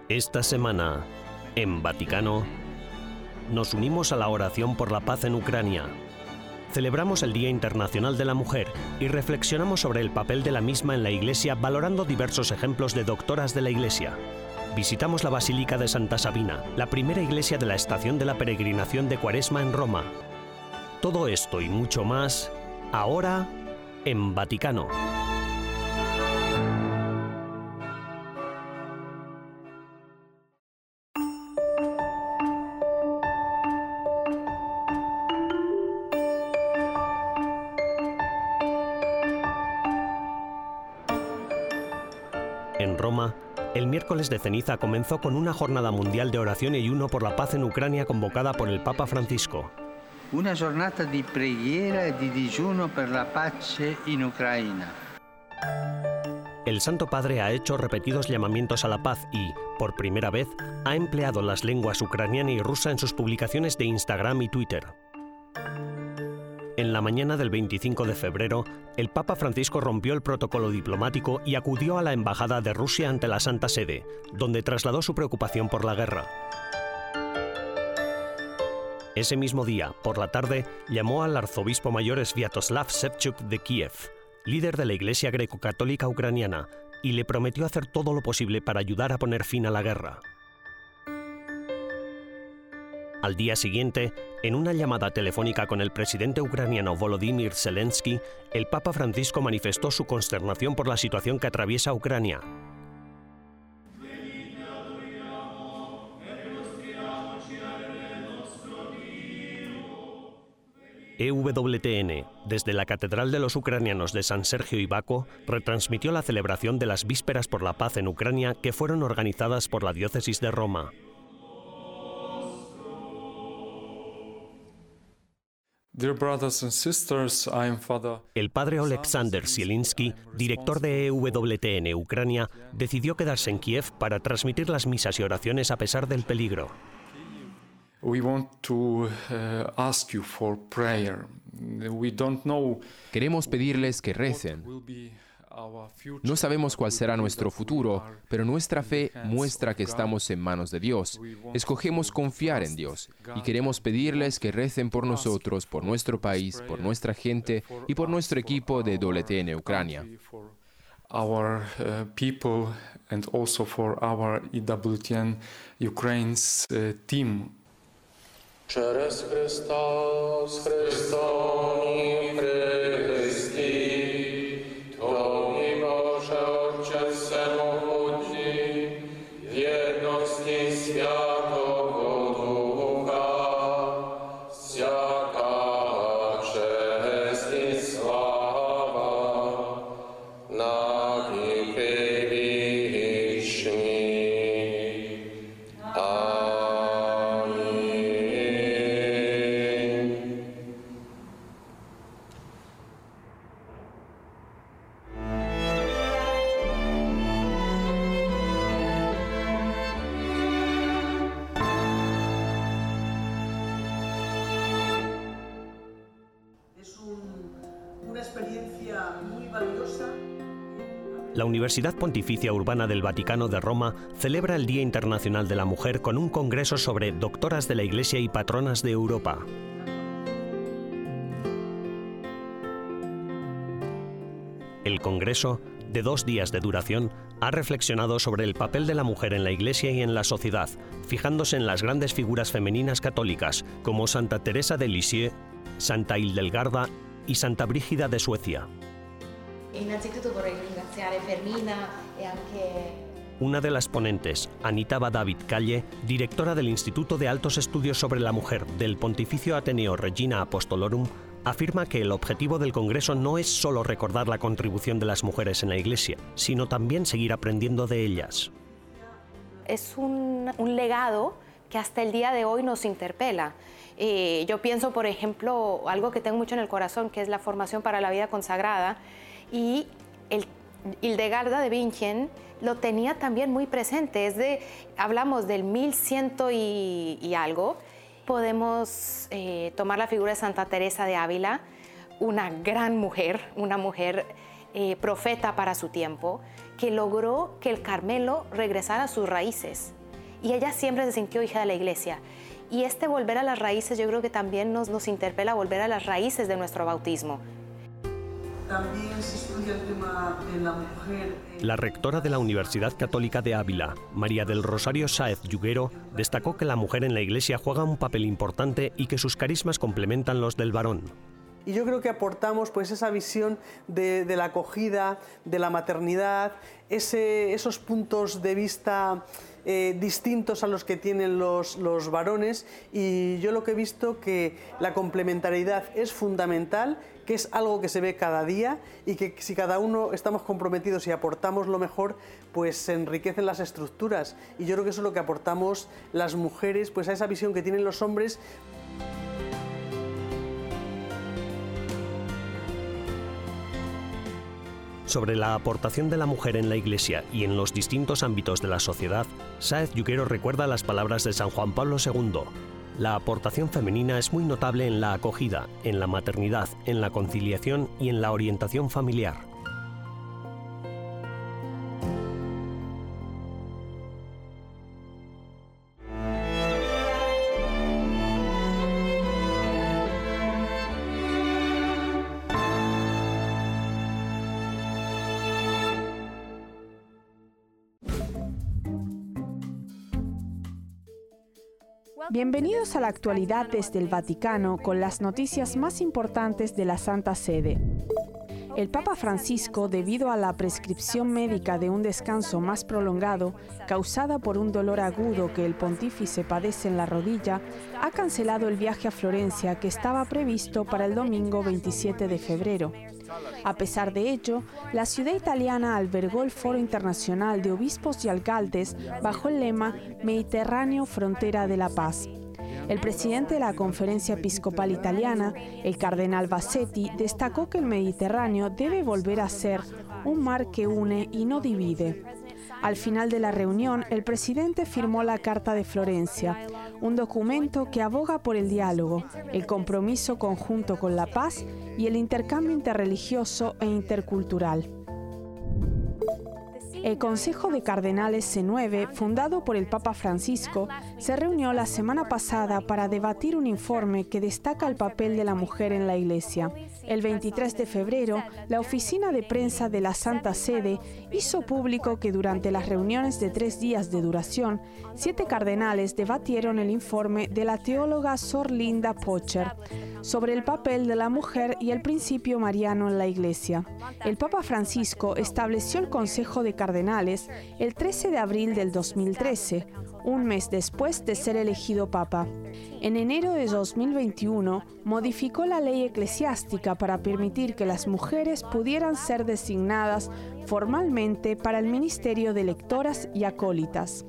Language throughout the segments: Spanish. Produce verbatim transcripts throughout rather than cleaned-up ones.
Esta semana, en Vaticano, nos unimos a la oración por la paz en Ucrania. Celebramos el Día Internacional de la Mujer y reflexionamos sobre el papel de la misma en la Iglesia, valorando diversos ejemplos de doctoras de la Iglesia. Visitamos la Basílica de Santa Sabina, la primera iglesia de la estación de la peregrinación de Cuaresma en Roma. Todo esto y mucho más, ahora, en Vaticano. En Roma, el miércoles de ceniza comenzó con una jornada mundial de oración y ayuno por la paz en Ucrania convocada por el Papa Francisco. Una giornata di preghiera e di digiuno per la pace in Ucraina. El Santo Padre ha hecho repetidos llamamientos a la paz y, por primera vez, ha empleado las lenguas ucraniana y rusa en sus publicaciones de Instagram y Twitter. En la mañana del veinticinco de febrero, el Papa Francisco rompió el protocolo diplomático y acudió a la Embajada de Rusia ante la Santa Sede, donde trasladó su preocupación por la guerra. Ese mismo día, por la tarde, llamó al arzobispo mayor Sviatoslav Shevchuk de Kiev, líder de la Iglesia greco-católica ucraniana, y le prometió hacer todo lo posible para ayudar a poner fin a la guerra. Al día siguiente, en una llamada telefónica con el presidente ucraniano Volodymyr Zelensky, el Papa Francisco manifestó su consternación por la situación que atraviesa Ucrania. E W T N, desde la Catedral de los Ucranianos de San Sergio y Baco, retransmitió la celebración de las Vísperas por la Paz en Ucrania que fueron organizadas por la Diócesis de Roma. Dear brothers and sisters, I am Father. El padre Oleksandr Zielinski, director de E W T N Ucrania, decidió quedarse en Kiev para transmitir las misas y oraciones a pesar del peligro. We want to uh, ask you for prayer. We don't know. Queremos pedirles que recen. No sabemos cuál será nuestro futuro, pero nuestra fe muestra que estamos en manos de Dios. Escogemos confiar en Dios y queremos pedirles que recen por nosotros, por nuestro país, por nuestra gente y por nuestro equipo de E W T N Ucrania. Our uh, people and also for our E W T N Ukraine's uh, team. Через Христос, Христом і Христі, Тобі, Боже, Отче всемогутній, в єдності Святого Духа, всяка честь і слава, на віки вічні. La Universidad Pontificia Urbana del Vaticano de Roma celebra el Día Internacional de la Mujer con un congreso sobre doctoras de la Iglesia y patronas de Europa. El congreso, de dos días de duración, ha reflexionado sobre el papel de la mujer en la Iglesia y en la sociedad, fijándose en las grandes figuras femeninas católicas como Santa Teresa de Lisieux, Santa Hildegarda y Santa Brígida de Suecia. Innanzitutto vorrei ringraziare Fermina e anche... Una de las ponentes, Anita David Calle, directora del Instituto de Altos Estudios sobre la Mujer del Pontificio Ateneo Regina Apostolorum, afirma que el objetivo del Congreso no es solo recordar la contribución de las mujeres en la Iglesia, sino también seguir aprendiendo de ellas. Es un, un legado que hasta el día de hoy nos interpela. Eh, yo pienso, por ejemplo, algo que tengo mucho en el corazón, que es la formación para la vida consagrada, y el Hildegarda de Bingen lo tenía también muy presente. Es de, hablamos del mil ciento y, y algo. Podemos eh, tomar la figura de Santa Teresa de Ávila, una gran mujer, una mujer eh, profeta para su tiempo, que logró que el Carmelo regresara a sus raíces. y ella siempre se sintió hija de la iglesia. Y este volver a las raíces yo creo que también nos, nos interpela a volver a las raíces de nuestro bautismo. También se estudia el tema de la mujer. La rectora de la Universidad Católica de Ávila, María del Rosario Sáez Yuguero, destacó que la mujer en la Iglesia juega un papel importante y que sus carismas complementan los del varón. Y yo creo que aportamos pues esa visión de, de la acogida, de la maternidad, ese, esos puntos de vista eh, distintos a los que tienen los, los varones, y yo lo que he visto que la complementariedad es fundamental, que es algo que se ve cada día y que si cada uno estamos comprometidos y aportamos lo mejor, pues se enriquecen las estructuras, y yo creo que eso es lo que aportamos las mujeres, pues a esa visión que tienen los hombres. Sobre la aportación de la mujer en la Iglesia y en los distintos ámbitos de la sociedad, Sáez Yuguero recuerda las palabras de San Juan Pablo segundo. La aportación femenina es muy notable en la acogida, en la maternidad, en la conciliación y en la orientación familiar. Bienvenidos a la actualidad desde el Vaticano con las noticias más importantes de la Santa Sede. El Papa Francisco, debido a la prescripción médica de un descanso más prolongado causada por un dolor agudo que el pontífice padece en la rodilla, ha cancelado el viaje a Florencia que estaba previsto para el domingo veintisiete de febrero. A pesar de ello, la ciudad italiana albergó el Foro Internacional de Obispos y Alcaldes bajo el lema Mediterráneo, Frontera de la Paz. El presidente de la Conferencia Episcopal Italiana, el cardenal Bassetti, destacó que el Mediterráneo debe volver a ser un mar que une y no divide. Al final de la reunión, el presidente firmó la Carta de Florencia, un documento que aboga por el diálogo, el compromiso conjunto con la paz y el intercambio interreligioso e intercultural. El Consejo de Cardenales C nueve, fundado por el Papa Francisco, se reunió la semana pasada para debatir un informe que destaca el papel de la mujer en la Iglesia. El veintitrés de febrero, la oficina de prensa de la Santa Sede hizo público que durante las reuniones de tres días de duración, siete cardenales debatieron el informe de la teóloga Sor Linda Pocher sobre el papel de la mujer y el principio mariano en la Iglesia. El Papa Francisco estableció el Consejo de Cardenales el trece de abril del dos mil trece, un mes después de ser elegido Papa. En enero de dos mil veintiuno, modificó la ley eclesiástica para permitir que las mujeres pudieran ser designadas formalmente para el ministerio de lectoras y acólitas.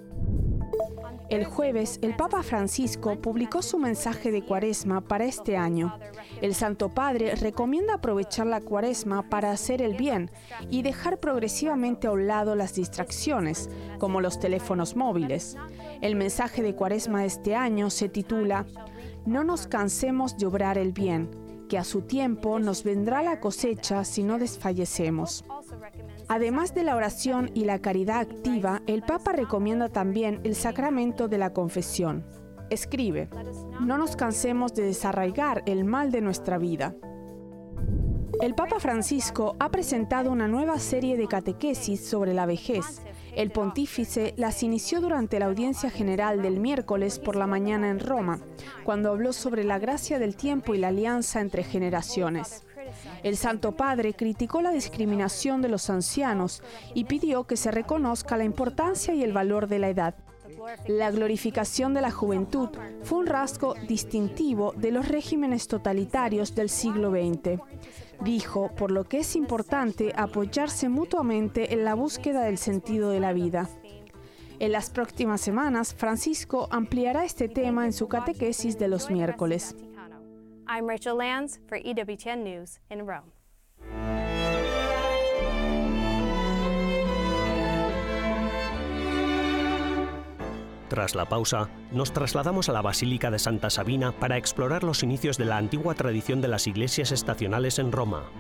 El jueves, el Papa Francisco publicó su mensaje de Cuaresma para este año. El Santo Padre recomienda aprovechar la Cuaresma para hacer el bien y dejar progresivamente a un lado las distracciones, como los teléfonos móviles. El mensaje de Cuaresma de este año se titula «No nos cansemos de obrar el bien, que a su tiempo nos vendrá la cosecha si no desfallecemos». Además de la oración y la caridad activa, el Papa recomienda también el sacramento de la confesión. Escribe: «No nos cansemos de desarraigar el mal de nuestra vida». El Papa Francisco ha presentado una nueva serie de catequesis sobre la vejez. El pontífice las inició durante la audiencia general del miércoles por la mañana en Roma, cuando habló sobre la gracia del tiempo y la alianza entre generaciones. El Santo Padre criticó la discriminación de los ancianos y pidió que se reconozca la importancia y el valor de la edad. La glorificación de la juventud fue un rasgo distintivo de los regímenes totalitarios del siglo veinte. Dijo, por lo que es importante apoyarse mutuamente en la búsqueda del sentido de la vida. En las próximas semanas, Francisco ampliará este tema en su catequesis de los miércoles. I'm Rachel Lanz for E W T N News in Rome. Tras la pausa, nos trasladamos a la Basílica de Santa Sabina para explorar los inicios de la antigua tradición de las iglesias estacionales en Roma.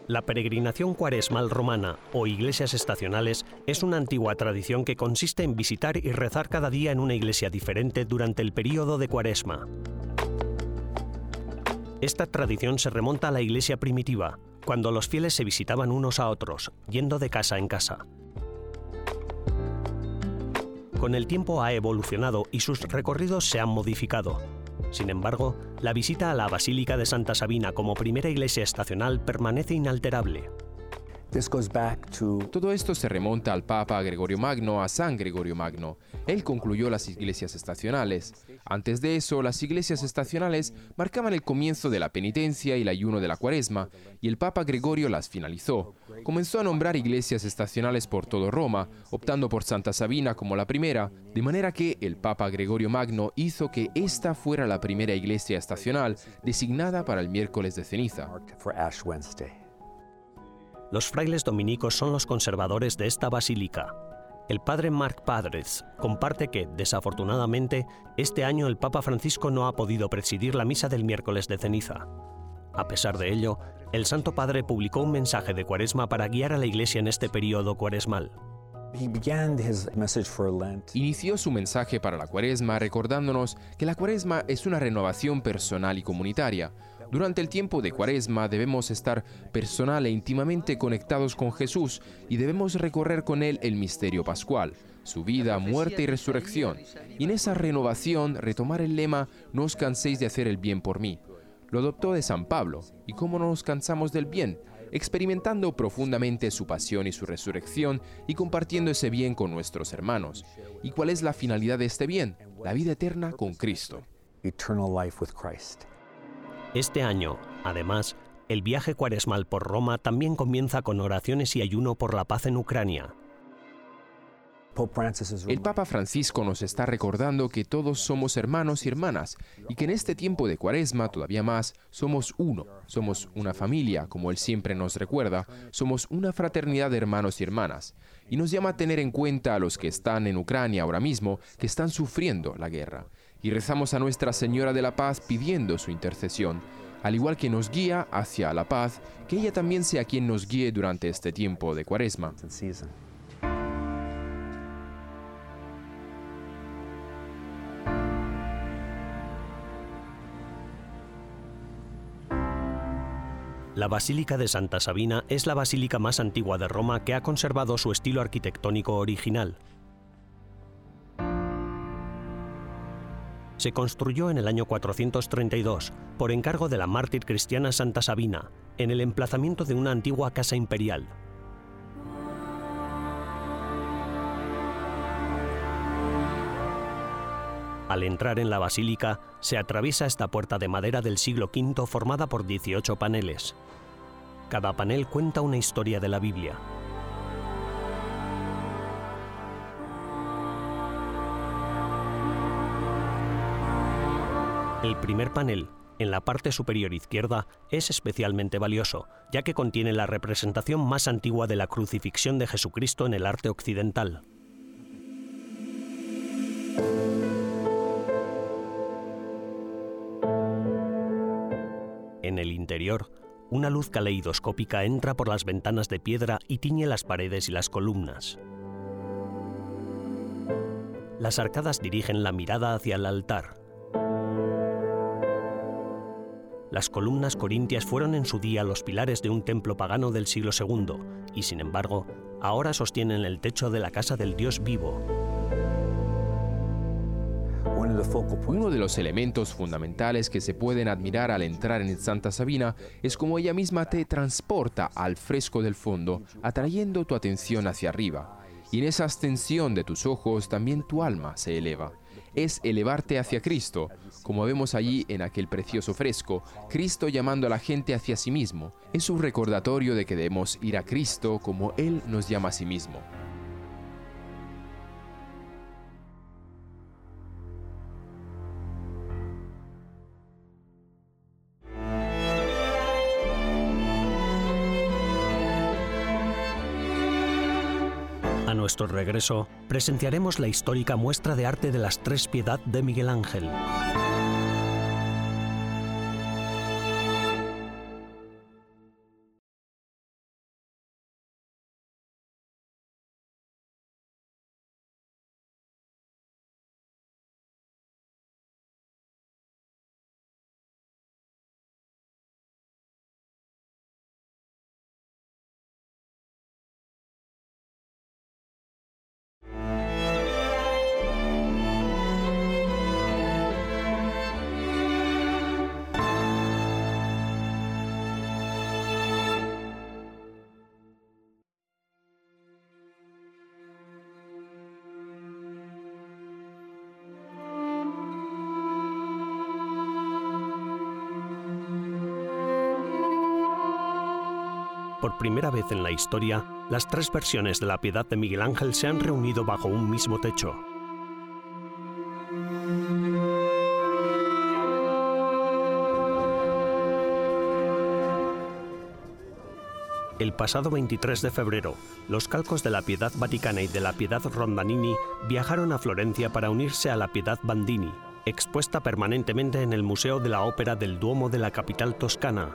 La peregrinación cuaresmal romana o iglesias estacionales es una antigua tradición que consiste en visitar y rezar cada día en una iglesia diferente durante el período de Cuaresma. Esta tradición se remonta a la iglesia primitiva, cuando los fieles se visitaban unos a otros, yendo de casa en casa. Con el tiempo ha evolucionado y sus recorridos se han modificado. Sin embargo, la visita a la Basílica de Santa Sabina como primera iglesia estacional permanece inalterable. Todo esto se remonta al Papa Gregorio Magno, a San Gregorio Magno. Él concluyó las iglesias estacionales. Antes de eso, las iglesias estacionales marcaban el comienzo de la penitencia y el ayuno de la Cuaresma, y el Papa Gregorio las finalizó. Comenzó a nombrar iglesias estacionales por todo Roma, optando por Santa Sabina como la primera, de manera que el Papa Gregorio Magno hizo que esta fuera la primera iglesia estacional designada para el miércoles de ceniza. Los frailes dominicos son los conservadores de esta basílica. El padre Marc Padres comparte que, desafortunadamente, este año el Papa Francisco no ha podido presidir la misa del miércoles de ceniza. A pesar de ello, el Santo Padre publicó un mensaje de Cuaresma para guiar a la Iglesia en este periodo cuaresmal. Inició su mensaje para la Cuaresma recordándonos que la Cuaresma es una renovación personal y comunitaria. Durante el tiempo de Cuaresma debemos estar personal e íntimamente conectados con Jesús y debemos recorrer con Él el misterio pascual, su vida, muerte y resurrección. Y en esa renovación retomar el lema «No os canséis de hacer el bien por mí». Lo adoptó de San Pablo. ¿Y cómo no nos cansamos del bien? Experimentando profundamente su pasión y su resurrección y compartiendo ese bien con nuestros hermanos. ¿Y cuál es la finalidad de este bien? La vida eterna con Cristo. Este año, además, el viaje cuaresmal por Roma también comienza con oraciones y ayuno por la paz en Ucrania. El Papa Francisco nos está recordando que todos somos hermanos y hermanas y que en este tiempo de Cuaresma todavía más somos uno, somos una familia, como Él siempre nos recuerda, somos una fraternidad de hermanos y hermanas. Y nos llama a tener en cuenta a los que están en Ucrania ahora mismo, que están sufriendo la guerra. Y rezamos a Nuestra Señora de la Paz pidiendo su intercesión, al igual que nos guía hacia la paz, que ella también sea quien nos guíe durante este tiempo de Cuaresma. La Basílica de Santa Sabina es la basílica más antigua de Roma que ha conservado su estilo arquitectónico original. Se construyó en el año cuatrocientos treinta y dos por encargo de la mártir cristiana Santa Sabina, en el emplazamiento de una antigua casa imperial. Al entrar en la basílica, se atraviesa esta puerta de madera del siglo quinto formada por dieciocho paneles. Cada panel cuenta una historia de la Biblia. El primer panel, en la parte superior izquierda, es especialmente valioso, ya que contiene la representación más antigua de la crucifixión de Jesucristo en el arte occidental. En el interior, una luz caleidoscópica entra por las ventanas de piedra y tiñe las paredes y las columnas. Las arcadas dirigen la mirada hacia el altar. Las columnas corintias fueron en su día los pilares de un templo pagano del siglo segundo y, sin embargo, ahora sostienen el techo de la casa del Dios vivo. Uno de los elementos fundamentales que se pueden admirar al entrar en Santa Sabina es cómo ella misma te transporta al fresco del fondo, atrayendo tu atención hacia arriba. Y en esa extensión de tus ojos también tu alma se eleva. Es elevarte hacia Cristo, como vemos allí en aquel precioso fresco, Cristo llamando a la gente hacia sí mismo. Es un recordatorio de que debemos ir a Cristo como Él nos llama a sí mismo. A nuestro regreso, presenciaremos la histórica muestra de arte de las Tres Piedad de Miguel Ángel. por primera vez en la historia, las tres versiones de la Piedad de Miguel Ángel se han reunido bajo un mismo techo. El pasado veintitrés de febrero, los calcos de la Piedad Vaticana y de la Piedad Rondanini viajaron a Florencia para unirse a la Piedad Bandini, expuesta permanentemente en el Museo de la Ópera del Duomo de la capital toscana.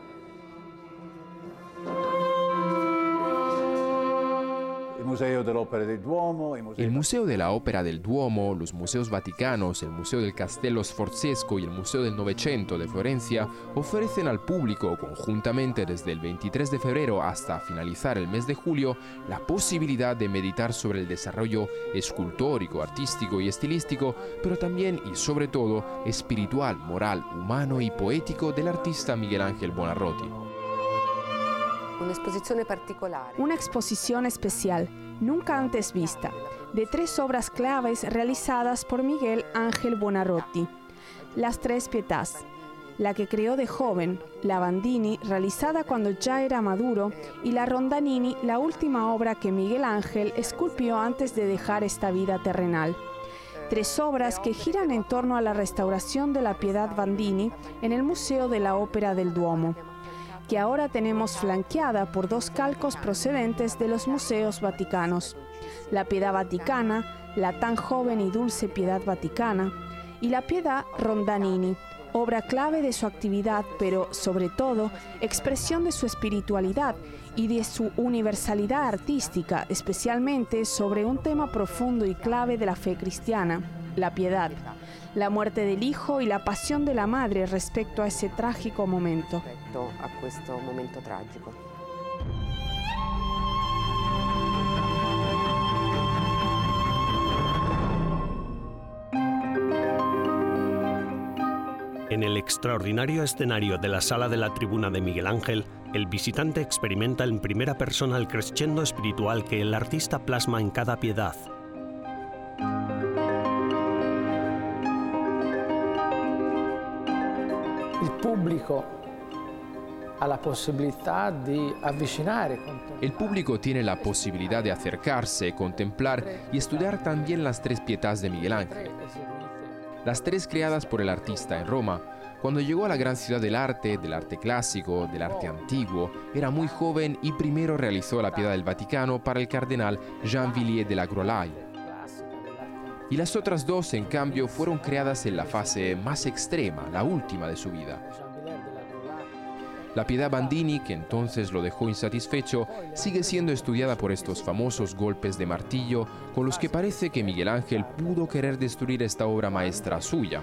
El Museo de la Ópera del Duomo, los museos vaticanos, el Museo del Castello Sforzesco y el Museo del Novecento de Florencia ofrecen al público, conjuntamente desde el veintitrés de febrero hasta finalizar el mes de julio, la posibilidad de meditar sobre el desarrollo escultórico, artístico y estilístico, pero también y sobre todo espiritual, moral, humano y poético del artista Miguel Ángel Buonarroti. Una exposición especial, nunca antes vista, de tres obras claves realizadas por Miguel Ángel Buonarroti. Las tres Pietás, la que creó de joven, la Bandini, realizada cuando ya era maduro, y la Rondanini, la última obra que Miguel Ángel esculpió antes de dejar esta vida terrenal. Tres obras que giran en torno a la restauración de la Piedad Bandini en el Museo de la Ópera del Duomo, que ahora tenemos flanqueada por dos calcos procedentes de los museos vaticanos, la Piedad Vaticana, la tan joven y dulce Piedad Vaticana, y la Piedad Rondanini, obra clave de su actividad, pero sobre todo expresión de su espiritualidad y de su universalidad artística, especialmente sobre un tema profundo y clave de la fe cristiana, la piedad, la muerte del hijo y la pasión de la madre respecto a ese trágico momento. A questo momento trágico. En el extraordinario escenario de la Sala de la Tribuna de Miguel Ángel, el visitante experimenta en primera persona el crescendo espiritual que el artista plasma en cada piedad. El público ha la posibilidad de avvicinare. El público tiene la posibilidad de acercarse, contemplar y estudiar también las tres Pietás de Miguel Ángel. Las tres creadas por el artista en Roma. Cuando llegó a la gran ciudad del arte, del arte clásico, del arte antiguo, era muy joven y primero realizó la Piedad del Vaticano para el cardenal Jean Villiers de la Grolay. Y las otras dos, en cambio, fueron creadas en la fase más extrema, la última de su vida. La Piedad Bandini, que entonces lo dejó insatisfecho, sigue siendo estudiada por estos famosos golpes de martillo con los que parece que Miguel Ángel pudo querer destruir esta obra maestra suya.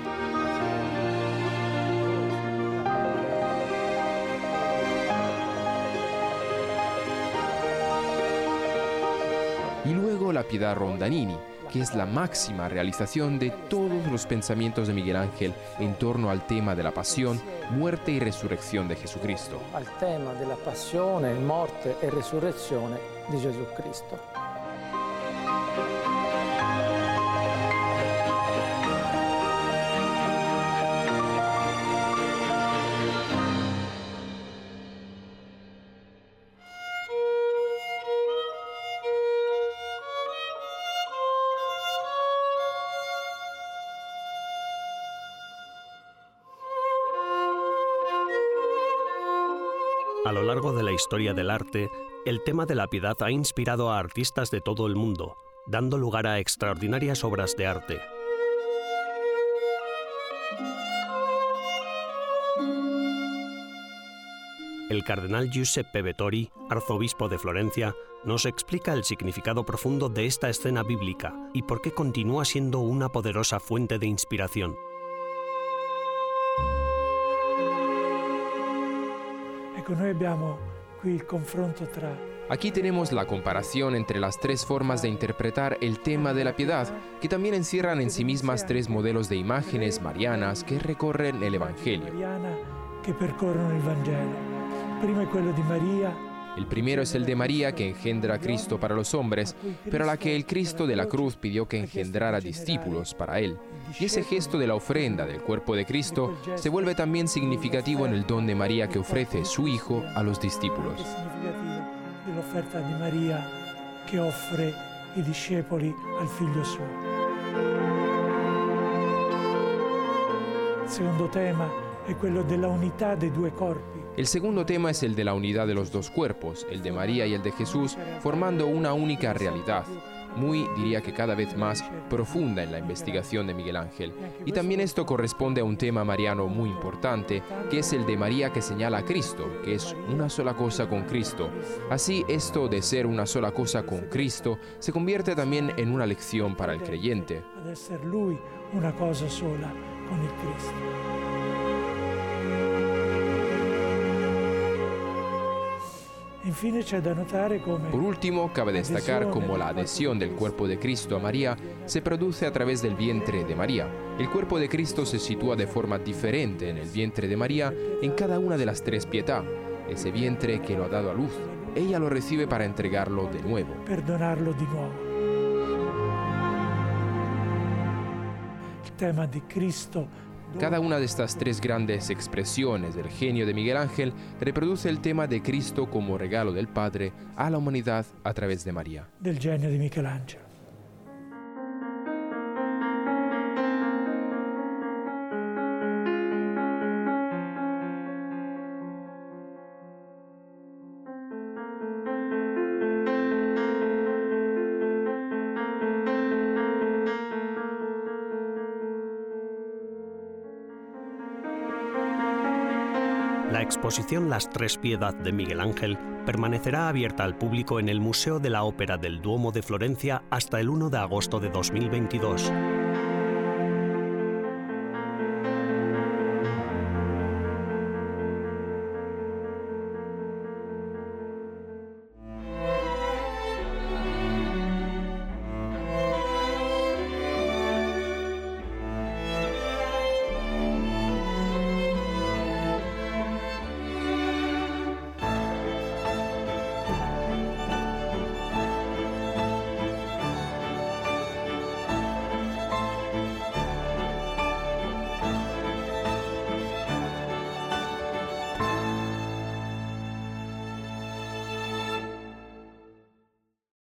Y luego la Piedad Rondanini, que es la máxima realización de todos los pensamientos de Miguel Ángel en torno al tema de la pasión, muerte y resurrección de Jesucristo. Al tema de la pasión, muerte y resurrección de Jesucristo. A lo largo de la historia del arte, el tema de la piedad ha inspirado a artistas de todo el mundo, dando lugar a extraordinarias obras de arte. El cardenal Giuseppe Vettori, arzobispo de Florencia, nos explica el significado profundo de esta escena bíblica y por qué continúa siendo una poderosa fuente de inspiración. Aquí tenemos la comparación entre las tres formas de interpretar el tema de la piedad, que también encierran en sí mismas tres modelos de imágenes marianas que recorren el Evangelio. El primero es el de María, que engendra a Cristo para los hombres, pero a la que el Cristo de la cruz pidió que engendrara discípulos para él. Y ese gesto de la ofrenda del cuerpo de Cristo se vuelve también significativo en el don de María que ofrece su Hijo a los discípulos. De la oferta de María que offre i discepoli al figlio suo. Il secondo tema è quello della unità dei due corpi. El segundo tema es el de la unidad de los dos cuerpos, el de María y el de Jesús, formando una única realidad, muy, diría que cada vez más, profunda en la investigación de Miguel Ángel. Y también esto corresponde a un tema mariano muy importante, que es el de María que señala a Cristo, que es una sola cosa con Cristo. Así, esto de ser una sola cosa con Cristo se convierte también en una lección para el creyente. Ad essere lui una cosa sola con il Cristo. Por último, cabe destacar cómo la adhesión del cuerpo de Cristo a María se produce a través del vientre de María. El cuerpo de Cristo se sitúa de forma diferente en el vientre de María en cada una de las tres pietà, ese vientre que lo ha dado a luz. Ella lo recibe para entregarlo de nuevo. Perdonarlo de nuevo. El tema de Cristo. Cada una de estas tres grandes expresiones del genio de Miguel Ángel reproduce el tema de Cristo como regalo del Padre a la humanidad a través de María. Del genio de Michelangelo. La exposición Las Tres Piedad de Miguel Ángel permanecerá abierta al público en el Museo de la Ópera del Duomo de Florencia hasta el uno de agosto de dos mil veintidós.